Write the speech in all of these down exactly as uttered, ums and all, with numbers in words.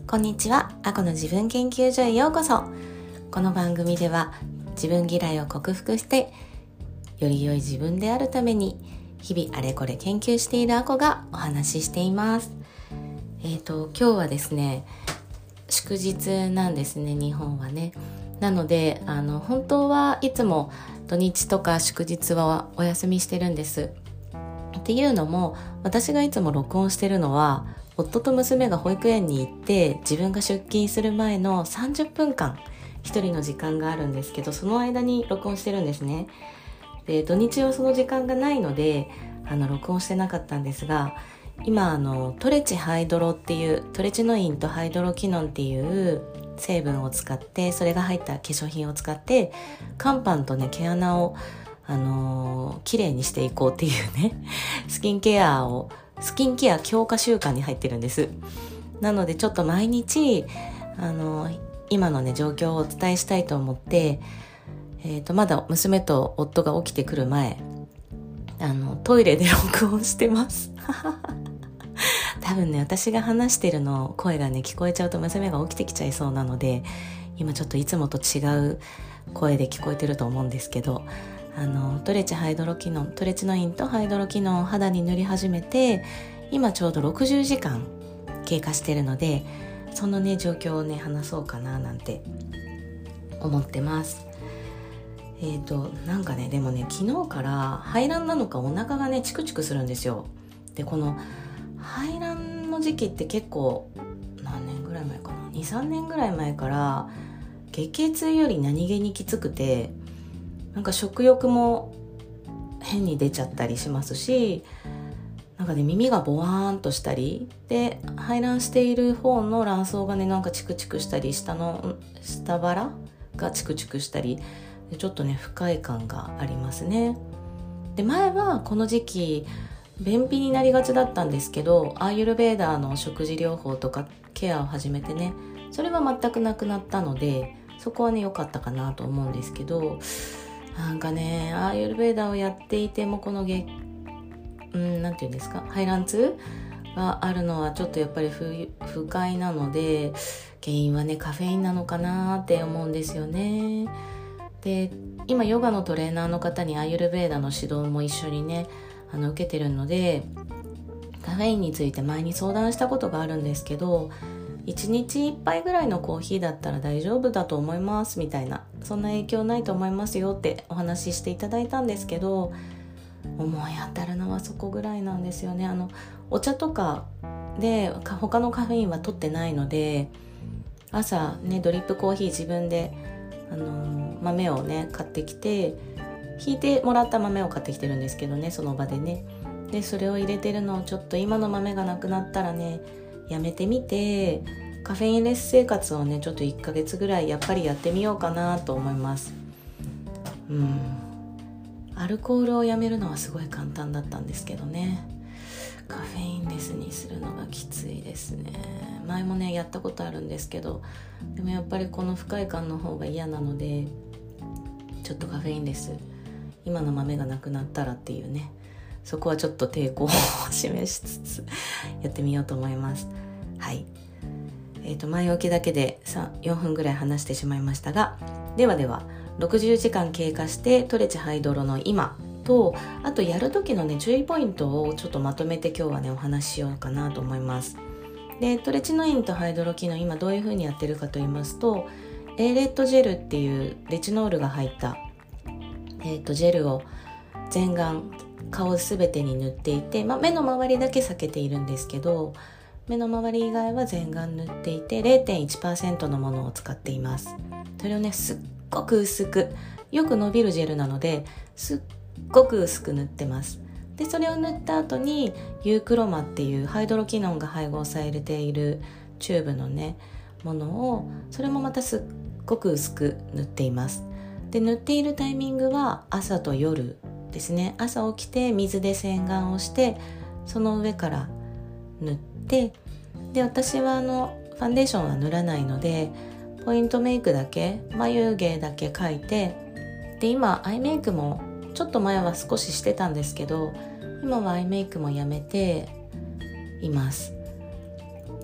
こんにちは、あこの自分研究所へようこそ。この番組では自分嫌いを克服してより良い自分であるために日々あれこれ研究しているあこがお話ししています。えっと今日はですね祝日なんですね、日本はね。なのであの本当はいつも土日とか祝日はお休みしてるんです。っていうのも私がいつも録音してるのは夫と娘が保育園に行って自分が出勤する前のさんじゅっぷんかん一人の時間があるんですけど、その間に録音してるんですね。で土日はその時間がないのであの録音してなかったんですが、今あのトレチハイドロっていうトレチノインとハイドロキノンっていう成分を使って、それが入った化粧品を使って肝斑とね毛穴をあのー、綺麗にしていこうっていうねスキンケアをスキンケア強化習慣に入ってるんです。なのでちょっと毎日あの今のね状況をお伝えしたいと思って、えーと、まだ娘と夫が起きてくる前あのトイレで録音してます多分ね私が話してるの声がね聞こえちゃうと娘が起きてきちゃいそうなので、今ちょっといつもと違う声で聞こえてると思うんですけど、あのトレチハイドロキノントレチノインとハイドロキノンを肌に塗り始めて今ちょうどろくじゅうじかん経過してるので、そのね状況をね話そうかななんて思ってます。えーとなんかねでもね昨日から排卵なのかお腹がねチクチクするんですよ。でこの排卵の時期って結構何年ぐらい前かな に,さん 年ぐらい前から月経痛より何気にきつくて、なんか食欲も変に出ちゃったりしますし、なんかね耳がボワーンとしたりで、排卵している方の卵巣がねなんかチクチクしたり、下の下腹がチクチクしたりで、ちょっとね不快感がありますね。で前はこの時期便秘になりがちだったんですけど、アーユルベーダーの食事療法とかケアを始めてね、それは全くなくなったのでそこはね良かったかなと思うんですけど、なんかねアーユルベーダーをやっていてもこの月うんなんていうんですか排卵痛があるのはちょっとやっぱり 不, 不快なので、原因はねカフェインなのかなって思うんですよね。で今ヨガのトレーナーの方にアーユルベーダの指導も一緒にねあの受けてるので、カフェインについて前に相談したことがあるんですけど、いちにちいっぱいぐらいのコーヒーだったら大丈夫だと思いますみたいな、そんな影響ないと思いますよってお話ししていただいたんですけど、思い当たるのはそこぐらいなんですよね。あのお茶とかで他のカフェインは取ってないので、朝ねドリップコーヒー自分で、あのー、豆をね買ってきて、ひいてもらった豆を買ってきてるんですけどね、その場でね。でそれを入れてるのをちょっと今の豆がなくなったらねやめてみて、カフェインレス生活をねちょっといっかげつぐらいやっぱりやってみようかなと思います。うんアルコールをやめるのはすごい簡単だったんですけどね、カフェインレスにするのがきついですね。前もねやったことあるんですけど、でもやっぱりこの不快感の方が嫌なので、ちょっとカフェインレス今の豆がなくなったらっていうね、そこはちょっと抵抗を示しつつやってみようと思います。はい、えーと前置きだけでよんぷんぐらい話してしまいましたが、ではではろくじゅうじかん経過してトレチハイドロの今と、あとやる時のね注意ポイントをちょっとまとめて今日はねお話ししようかなと思います。でトレチノインとハイドロキノン今どういう風にやってるかと言いますと、エーレットジェルっていうレチノールが入った、えーとジェルを全顔顔すべてに塗っていて、まあ、目の周りだけ避けているんですけど、目の周り以外は全顔塗っていて れいてんいちパーセント のものを使っています。それをねすっごく薄く、よく伸びるジェルなのですっごく薄く塗ってます。でそれを塗った後にユークロマっていうハイドロキノンが配合されているチューブのねものを、それもまたすっごく薄く塗っています。で塗っているタイミングは朝と夜ですね。朝起きて水で洗顔をして、その上から塗って、で私はあのファンデーションは塗らないのでポイントメイクだけ、眉毛だけ描いて、で今アイメイクもちょっと前は少ししてたんですけど、今はアイメイクもやめています。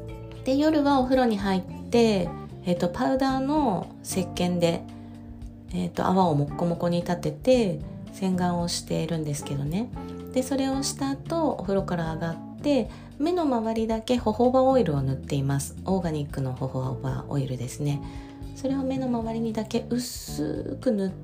で夜はお風呂に入って、えーと、パウダーの石鹸で、えーと、泡をもっこもこに立てて洗顔をしているんですけどね。でそれをした後お風呂から上がって目の周りだけホホバオイルを塗っています。オーガニックのホホバオイルですね。それを目の周りにだけ薄く塗って、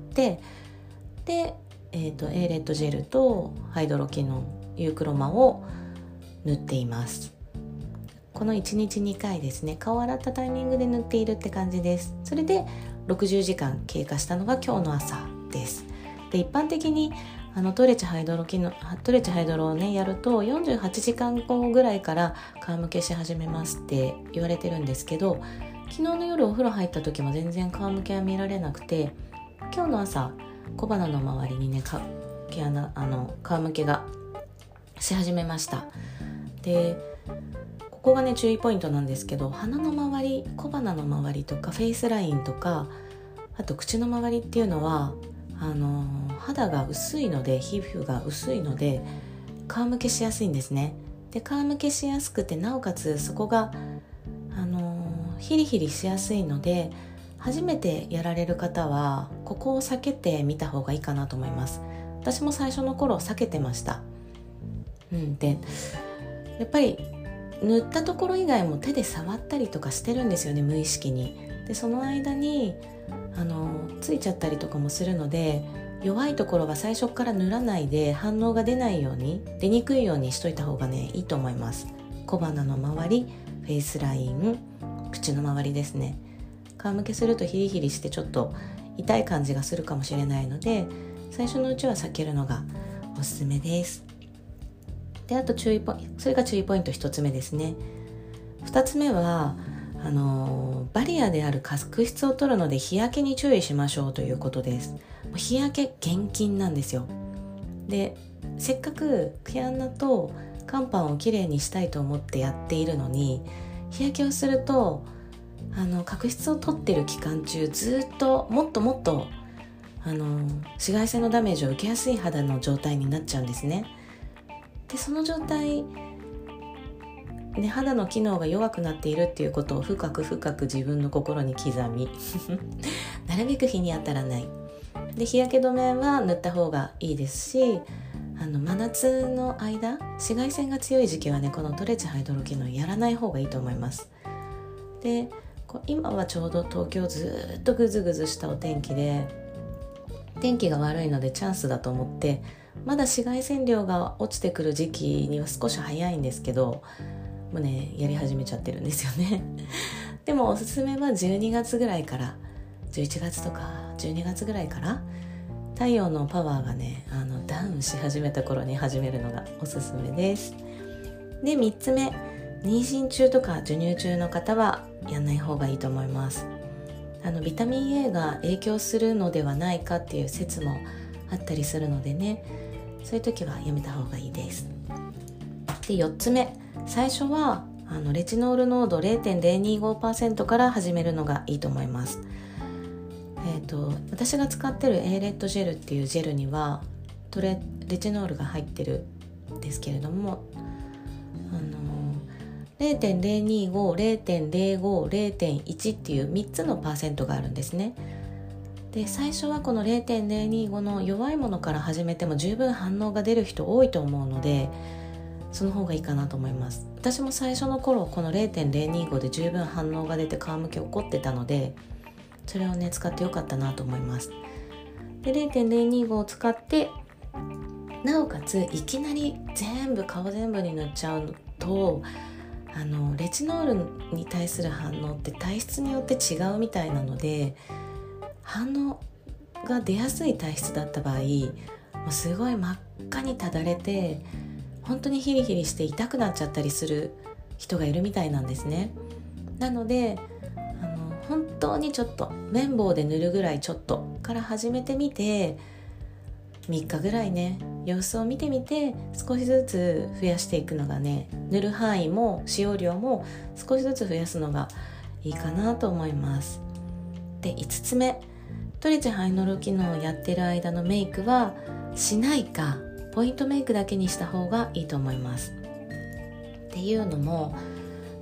で、えーと、エーレットジェルとハイドロキノンユークロマを塗っています。このいちにちにかいですね。顔を洗ったタイミングで塗っているって感じです。それでろくじゅうじかん経過したのが今日の朝です。で一般的にあのトレチハイドロキノトレチハイドロをねやるとよんじゅうはちじかんごぐらいから皮むけし始めますって言われてるんですけど、昨日の夜お風呂入った時も全然皮むけは見られなくて、今日の朝小鼻の周りにねか毛穴あの皮むけがし始めました。でここがね注意ポイントなんですけど、鼻の周り、小鼻の周りとかフェイスラインとか、あと口の周りっていうのはあの肌が薄いので、皮膚が薄いので皮むけしやすいんですね。で皮むけしやすくて、なおかつそこがあのヒリヒリしやすいので、初めてやられる方はここを避けてみた方がいいかなと思います。私も最初の頃避けてました。うん、でやっぱり塗ったところ以外も手で触ったりとかしてるんですよね、無意識に。でその間にあのついちゃったりとかもするので、弱いところは最初から塗らないで反応が出ないように、出にくいようにしといた方がねいいと思います。小鼻の周り、フェイスライン、口の周りですね。皮むけするとヒリヒリしてちょっと痛い感じがするかもしれないので、最初のうちは避けるのがおすすめです。であと注意ポイント、それが注意ポイントひとつめですね。ふたつめはあのバリアである角質を取るので日焼けに注意しましょうということです。日焼け厳禁なんですよ。でせっかく毛穴と肝斑をきれいにしたいと思ってやっているのに、日焼けをするとあの角質を取ってる期間中ずっともっともっとあの紫外線のダメージを受けやすい肌の状態になっちゃうんですね。でその状態、ね、肌の機能が弱くなっているっていうことを深く深く自分の心に刻みなるべく日に当たらないで、日焼け止めは塗った方がいいですし、あの真夏の間紫外線が強い時期はね、このトレチハイドロキノンやらない方がいいと思います。で今はちょうど東京ずっとぐずぐずしたお天気で、天気が悪いのでチャンスだと思ってまだ紫外線量が落ちてくる時期には少し早いんですけど、もうねやり始めちゃってるんですよねでもおすすめはじゅうにがつぐらいから、じゅういちがつとかじゅうにがつぐらいから太陽のパワーがねあのダウンし始めた頃に始めるのがおすすめです。でみっつめ、妊娠中とか授乳中の方はやんない方がいいと思います。あのビタミン A が影響するのではないかっていう説もあったりするのでね、そういう時はやめた方がいいです。でよっつめ、最初はあのレチノール濃度 れいてんぜろにごパーセント から始めるのがいいと思います。えーと、私が使ってる エーレットジェルっていうジェルにはトレレチノールが入ってるんですけれども、あの れいてんぜろにご、れいてんぜろご、れいてんいち っていうみっつのパーセントがあるんですね。で最初はこの れいてんぜろにご の弱いものから始めても十分反応が出る人多いと思うので、その方がいいかなと思います。私も最初の頃この れいてんぜろにご で十分反応が出て皮むけ起こってたので、それをね使ってよかったなと思います。で れいてんぜろにご を使ってなおかついきなり全部顔全部に塗っちゃうと、あのレチノールに対する反応って体質によって違うみたいなので、反応が出やすい体質だった場合、もうすごい真っ赤にただれて本当にヒリヒリして痛くなっちゃったりする人がいるみたいなんですね。なのであの本当にちょっと綿棒で塗るぐらいちょっとから始めてみて、みっかぐらいね様子を見てみて少しずつ増やしていくのがね、塗る範囲も使用量も少しずつ増やすのがいいかなと思います。でいつつめ、トレチハイドロキノンをやってる間のメイクはしないかポイントメイクだけにした方がいいと思います。っていうのも、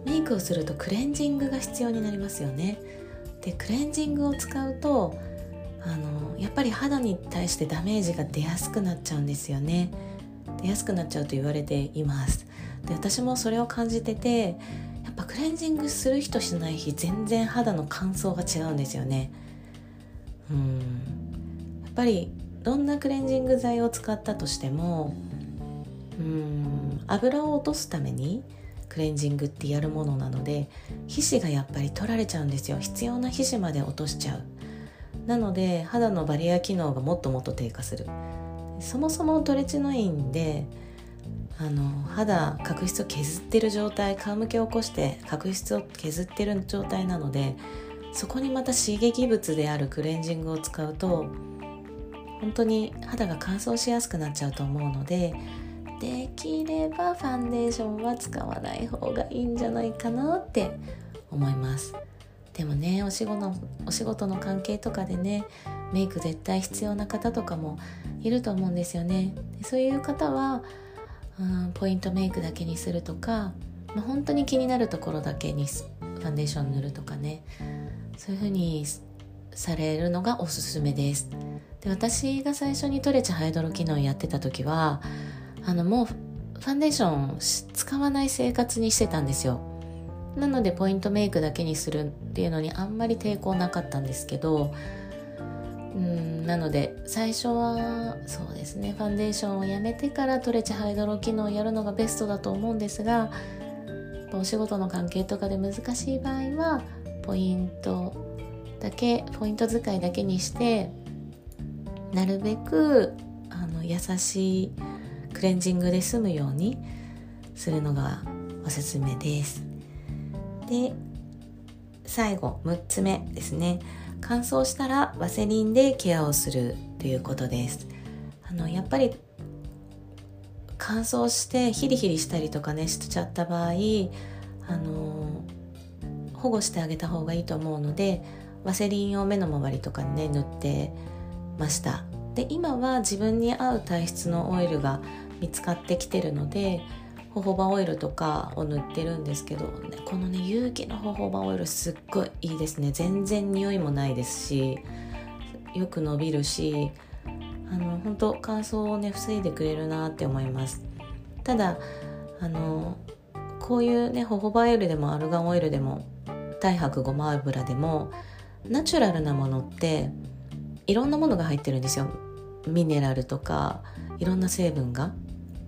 メイクをするとクレンジングが必要になりますよね。でクレンジングを使うとあのやっぱり肌に対してダメージが出やすくなっちゃうんですよね。出やすくなっちゃうと言われています。で私もそれを感じてて、やっぱクレンジングする日としない日全然肌の乾燥が違うんですよね。うんやっぱりどんなクレンジング剤を使ったとしてもうん油を落とすためにクレンジングってやるものなので、皮脂がやっぱり取られちゃうんですよ。必要な皮脂まで落としちゃう。なので肌のバリア機能がもっともっと低下する。そもそもトレチノインであの肌角質を削ってる状態、皮むけを起こして角質を削ってる状態なので、そこにまた刺激物であるクレンジングを使うと本当に肌が乾燥しやすくなっちゃうと思うので、できればファンデーションは使わない方がいいんじゃないかなって思います。でもね、お仕事の、お仕事の関係とかでね、メイク絶対必要な方とかもいると思うんですよね。でそういう方は、うん、ポイントメイクだけにするとか、まあ、本当に気になるところだけにファンデーション塗るとかね、そういう風にされるのがおすすめです。で私が最初にトレチハイドロキノンやってた時はあのもうファンデーション使わない生活にしてたんですよ。なのでポイントメイクだけにするっていうのにあんまり抵抗なかったんですけど、うんなので最初はそうですね、ファンデーションをやめてからトレチハイドロキノンをやるのがベストだと思うんですが、お仕事の関係とかで難しい場合はポイントだけポイント使いだけにして、なるべくあの優しいクレンジングで済むようにするのがおすすめです。で最後むっつめですね。乾燥したらワセリンでケアをするということです。あのやっぱり乾燥してヒリヒリしたりとかねしちゃった場合、あの保護してあげた方がいいと思うので、ワセリンを目の周りとかにね塗ってました。で今は自分に合う体質のオイルが見つかってきてるので、ホホバオイルとかを塗ってるんですけど、ね、このね有機のホホバオイルすっごいいいですね。全然匂いもないですし、よく伸びるし、あの本当乾燥をね防いでくれるなって思います。ただあのこういうねホホバオイルでもアルガンオイルでも太白ごま油でもナチュラルなものっていろんなものが入ってるんですよ。ミネラルとかいろんな成分が。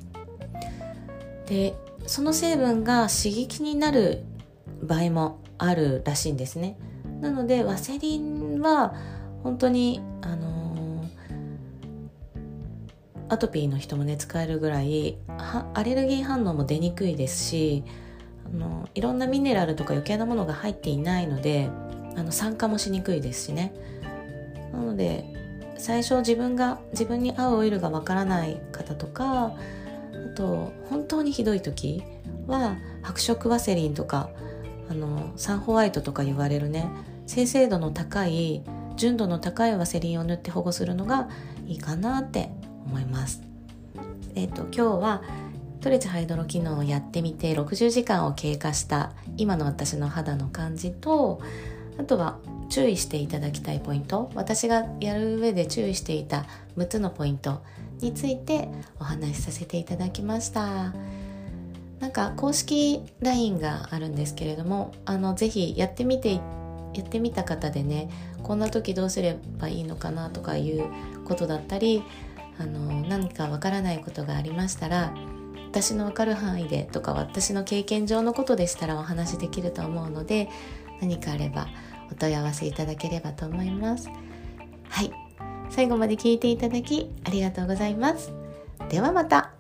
でその成分が刺激になる場合もあるらしいんですね。なのでワセリンは本当にあのー、アトピーの人もね使えるぐらいアレルギー反応も出にくいですし、あのいろんなミネラルとか余計なものが入っていないので、あの酸化もしにくいですしね。なので最初自分が自分に合うオイルがわからない方とか、あと本当にひどい時は白色ワセリンとかあのサンホワイトとか言われるね、精製度の高い純度の高いワセリンを塗って保護するのがいいかなって思います。えっと今日はトレチハイドロ機能をやってみてろくじゅうじかんを経過した今の私の肌の感じと、あとは注意していただきたいポイント、私がやる上で注意していたむっつのポイントについてお話しさせていただきました。なんか公式 ライン があるんですけれども、あのぜひやってみてやってみた方でね、こんな時どうすればいいのかなとかいうことだったり、あの何かわからないことがありましたら、私のわかる範囲でとか私の経験上のことでしたらお話できると思うので、何かあればお問い合わせいただければと思います。はい、最後まで聞いていただきありがとうございます。ではまた。